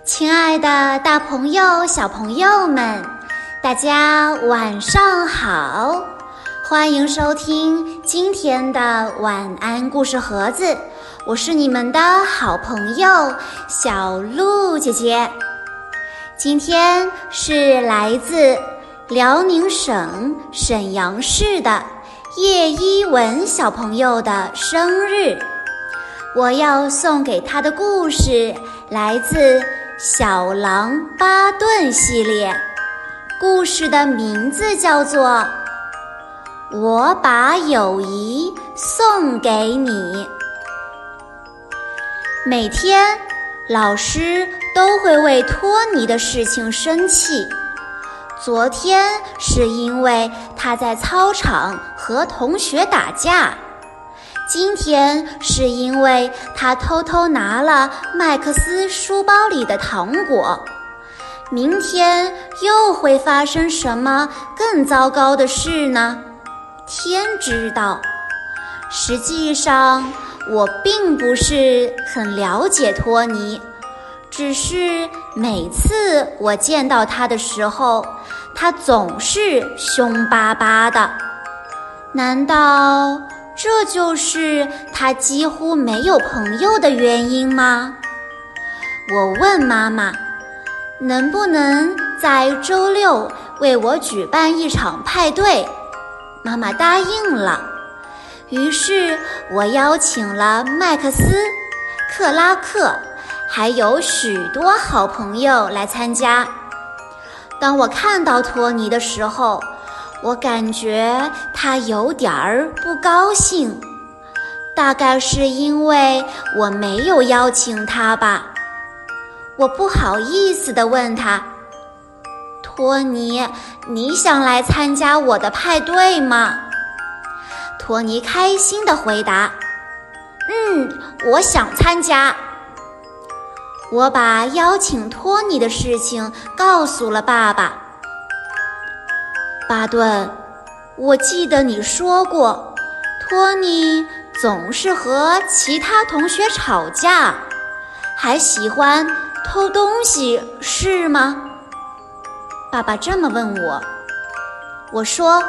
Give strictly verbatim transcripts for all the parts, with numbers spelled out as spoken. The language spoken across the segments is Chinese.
亲爱的大朋友、小朋友们，大家晚上好！欢迎收听今天的晚安故事盒子，我是你们的好朋友小鹿姐姐。今天是来自辽宁省沈阳市的叶一文小朋友的生日，我要送给他的故事来自小狼巴顿系列，故事的名字叫做我把友谊送给你。每天老师都会为托尼的事情生气，昨天是因为他在操场和同学打架，今天是因为他偷偷拿了麦克斯书包里的糖果，明天又会发生什么更糟糕的事呢？天知道。实际上，我并不是很了解托尼，只是每次我见到他的时候，他总是凶巴巴的。难道这就是他几乎没有朋友的原因吗？我问妈妈，能不能在周六为我举办一场派对？妈妈答应了。于是我邀请了麦克斯、克拉克，还有许多好朋友来参加。当我看到托尼的时候，我感觉他有点儿不高兴，大概是因为我没有邀请他吧。我不好意思地问他，托尼，你想来参加我的派对吗？托尼开心地回答，嗯，我想参加。我把邀请托尼的事情告诉了爸爸。巴顿，我记得你说过，托尼总是和其他同学吵架，还喜欢偷东西，是吗？爸爸这么问我。我说，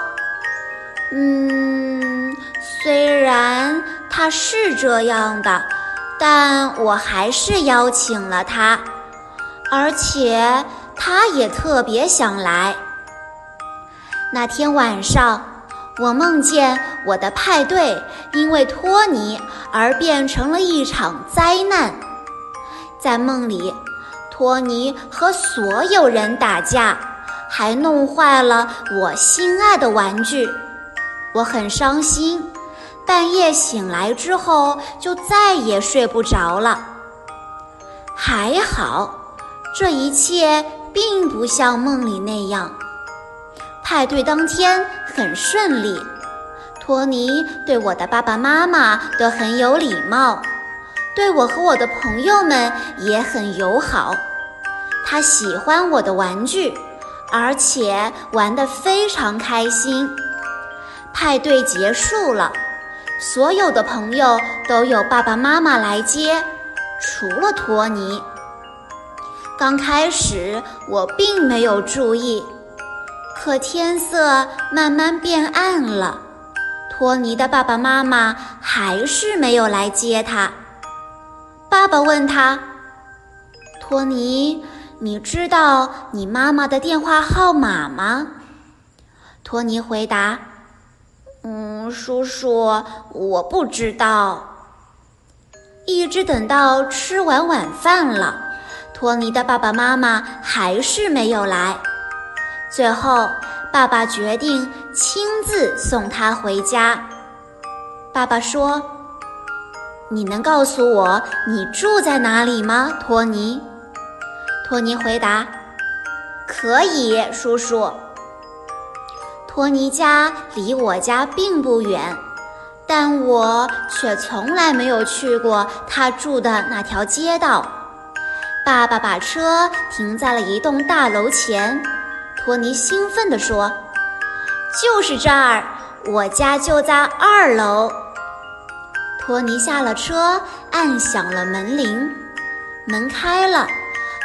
嗯，虽然他是这样的，但我还是邀请了他，而且他也特别想来。那天晚上，我梦见我的派对因为托尼而变成了一场灾难。在梦里，托尼和所有人打架，还弄坏了我心爱的玩具。我很伤心，半夜醒来之后就再也睡不着了。还好，这一切并不像梦里那样。派对当天很顺利，托尼对我的爸爸妈妈都很有礼貌，对我和我的朋友们也很友好。他喜欢我的玩具，而且玩得非常开心。派对结束了，所有的朋友都有爸爸妈妈来接，除了托尼。刚开始我并没有注意，可天色慢慢变暗了，托尼的爸爸妈妈还是没有来接他。爸爸问他，托尼，你知道你妈妈的电话号码吗？托尼回答，嗯，叔叔，我不知道。一直等到吃完晚饭了，托尼的爸爸妈妈还是没有来。最后，爸爸决定亲自送他回家。爸爸说，你能告诉我你住在哪里吗，托尼？托尼回答，可以，叔叔。托尼家离我家并不远，但我却从来没有去过他住的那条街道。爸爸把车停在了一栋大楼前，托尼兴奋地说，就是这儿，我家就在二楼。托尼下了车，按响了门铃，门开了，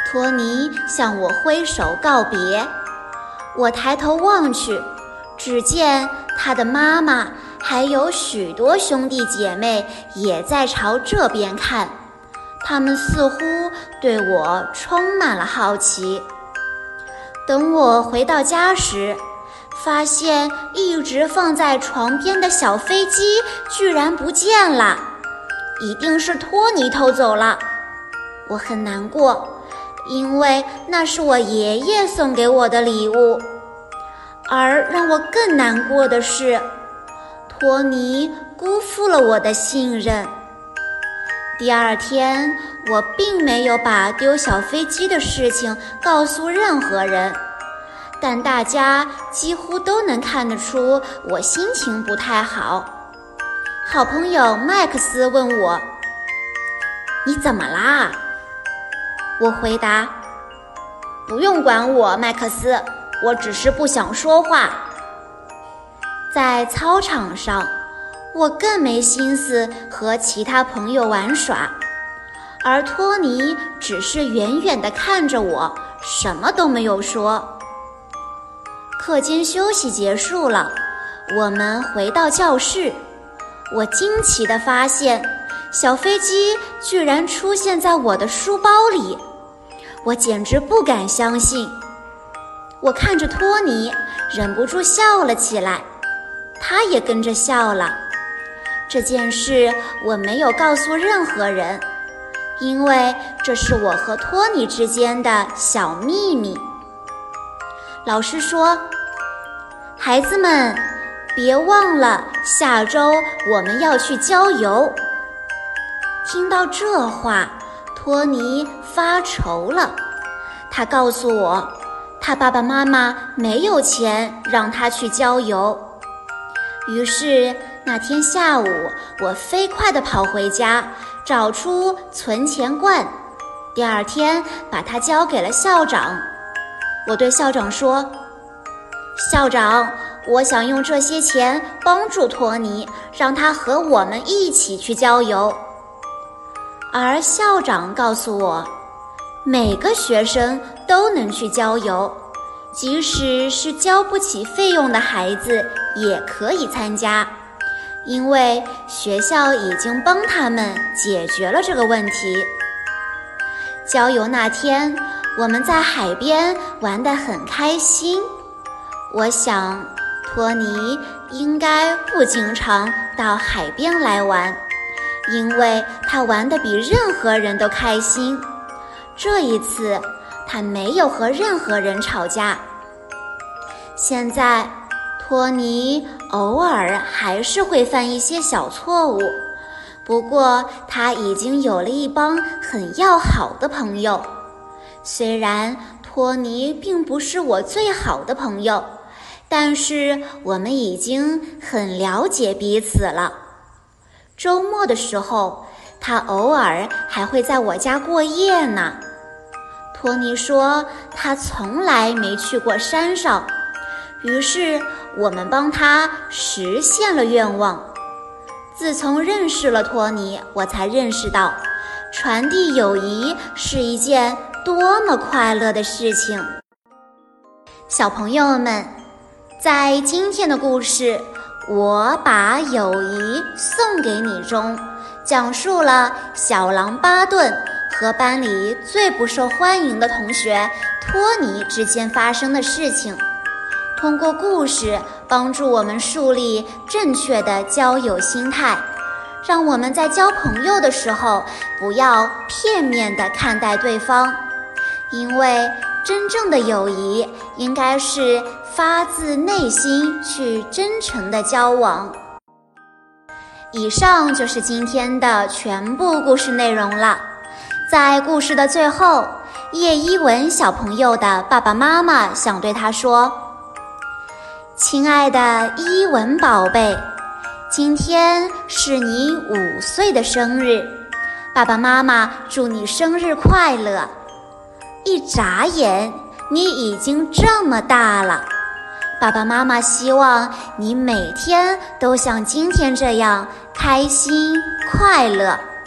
托尼向我挥手告别。我抬头望去，只见他的妈妈还有许多兄弟姐妹也在朝这边看，他们似乎对我充满了好奇。等我回到家时，发现一直放在床边的小飞机居然不见了，一定是托尼偷走了。我很难过，因为那是我爷爷送给我的礼物。而让我更难过的是，托尼辜负了我的信任。第二天，我并没有把丢小飞机的事情告诉任何人，但大家几乎都能看得出我心情不太好。好朋友麦克斯问我：“你怎么啦？”我回答：“不用管我，麦克斯，我只是不想说话。”在操场上，我更没心思和其他朋友玩耍，而托尼只是远远地看着我，什么都没有说。课间休息结束了，我们回到教室。我惊奇地发现，小飞机居然出现在我的书包里，我简直不敢相信。我看着托尼，忍不住笑了起来，他也跟着笑了。这件事我没有告诉任何人，因为这是我和托尼之间的小秘密。老师说：“孩子们，别忘了下周我们要去郊游。”听到这话，托尼发愁了。他告诉我，他爸爸妈妈没有钱让他去郊游。于是那天下午，我飞快地跑回家，找出存钱罐，第二天把它交给了校长。我对校长说：“校长，我想用这些钱帮助托尼，让他和我们一起去郊游。”而校长告诉我，每个学生都能去郊游，即使是交不起费用的孩子也可以参加，因为学校已经帮他们解决了这个问题。郊游那天，我们在海边玩得很开心。我想，托尼应该不经常到海边来玩，因为他玩得比任何人都开心。这一次，他没有和任何人吵架。现在，托尼偶尔还是会犯一些小错误，不过他已经有了一帮很要好的朋友。虽然托尼并不是我最好的朋友，但是我们已经很了解彼此了。周末的时候，他偶尔还会在我家过夜呢。托尼说他从来没去过山上，于是我们帮他实现了愿望。自从认识了托尼，我才认识到传递友谊是一件多么快乐的事情。小朋友们，在今天的故事《我把友谊送给你》中，讲述了小狼巴顿和班里最不受欢迎的同学托尼之间发生的事情。通过故事帮助我们树立正确的交友心态，让我们在交朋友的时候不要片面地看待对方，因为真正的友谊应该是发自内心去真诚的交往。以上就是今天的全部故事内容了。在故事的最后，叶一文小朋友的爸爸妈妈想对他说：“亲爱的伊文宝贝，今天是你五岁的生日，爸爸妈妈祝你生日快乐。一眨眼，你已经这么大了，爸爸妈妈希望你每天都像今天这样开心快乐。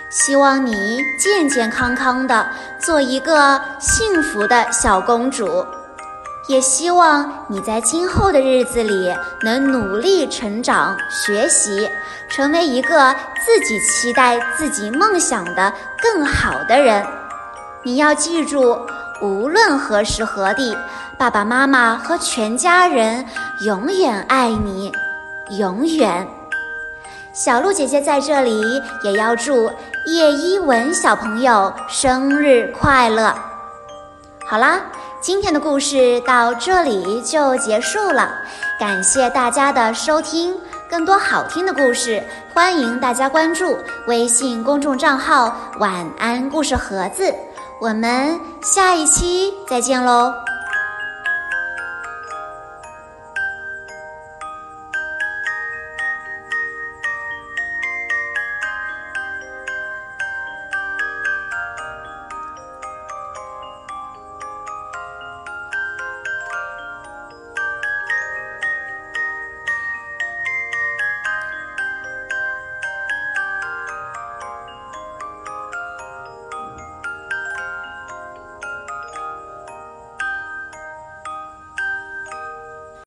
希望你健健康康的，做一个幸福的小公主。也希望你在今后的日子里能努力成长、学习，成为一个自己期待自己梦想的更好的人。你要记住，无论何时何地，爸爸妈妈和全家人永远爱你，永远。小鹿姐姐在这里也要祝叶一文小朋友生日快乐。好啦，今天的故事到这里就结束了，感谢大家的收听。更多好听的故事，欢迎大家关注微信公众账号晚安故事盒子。我们下一期再见喽。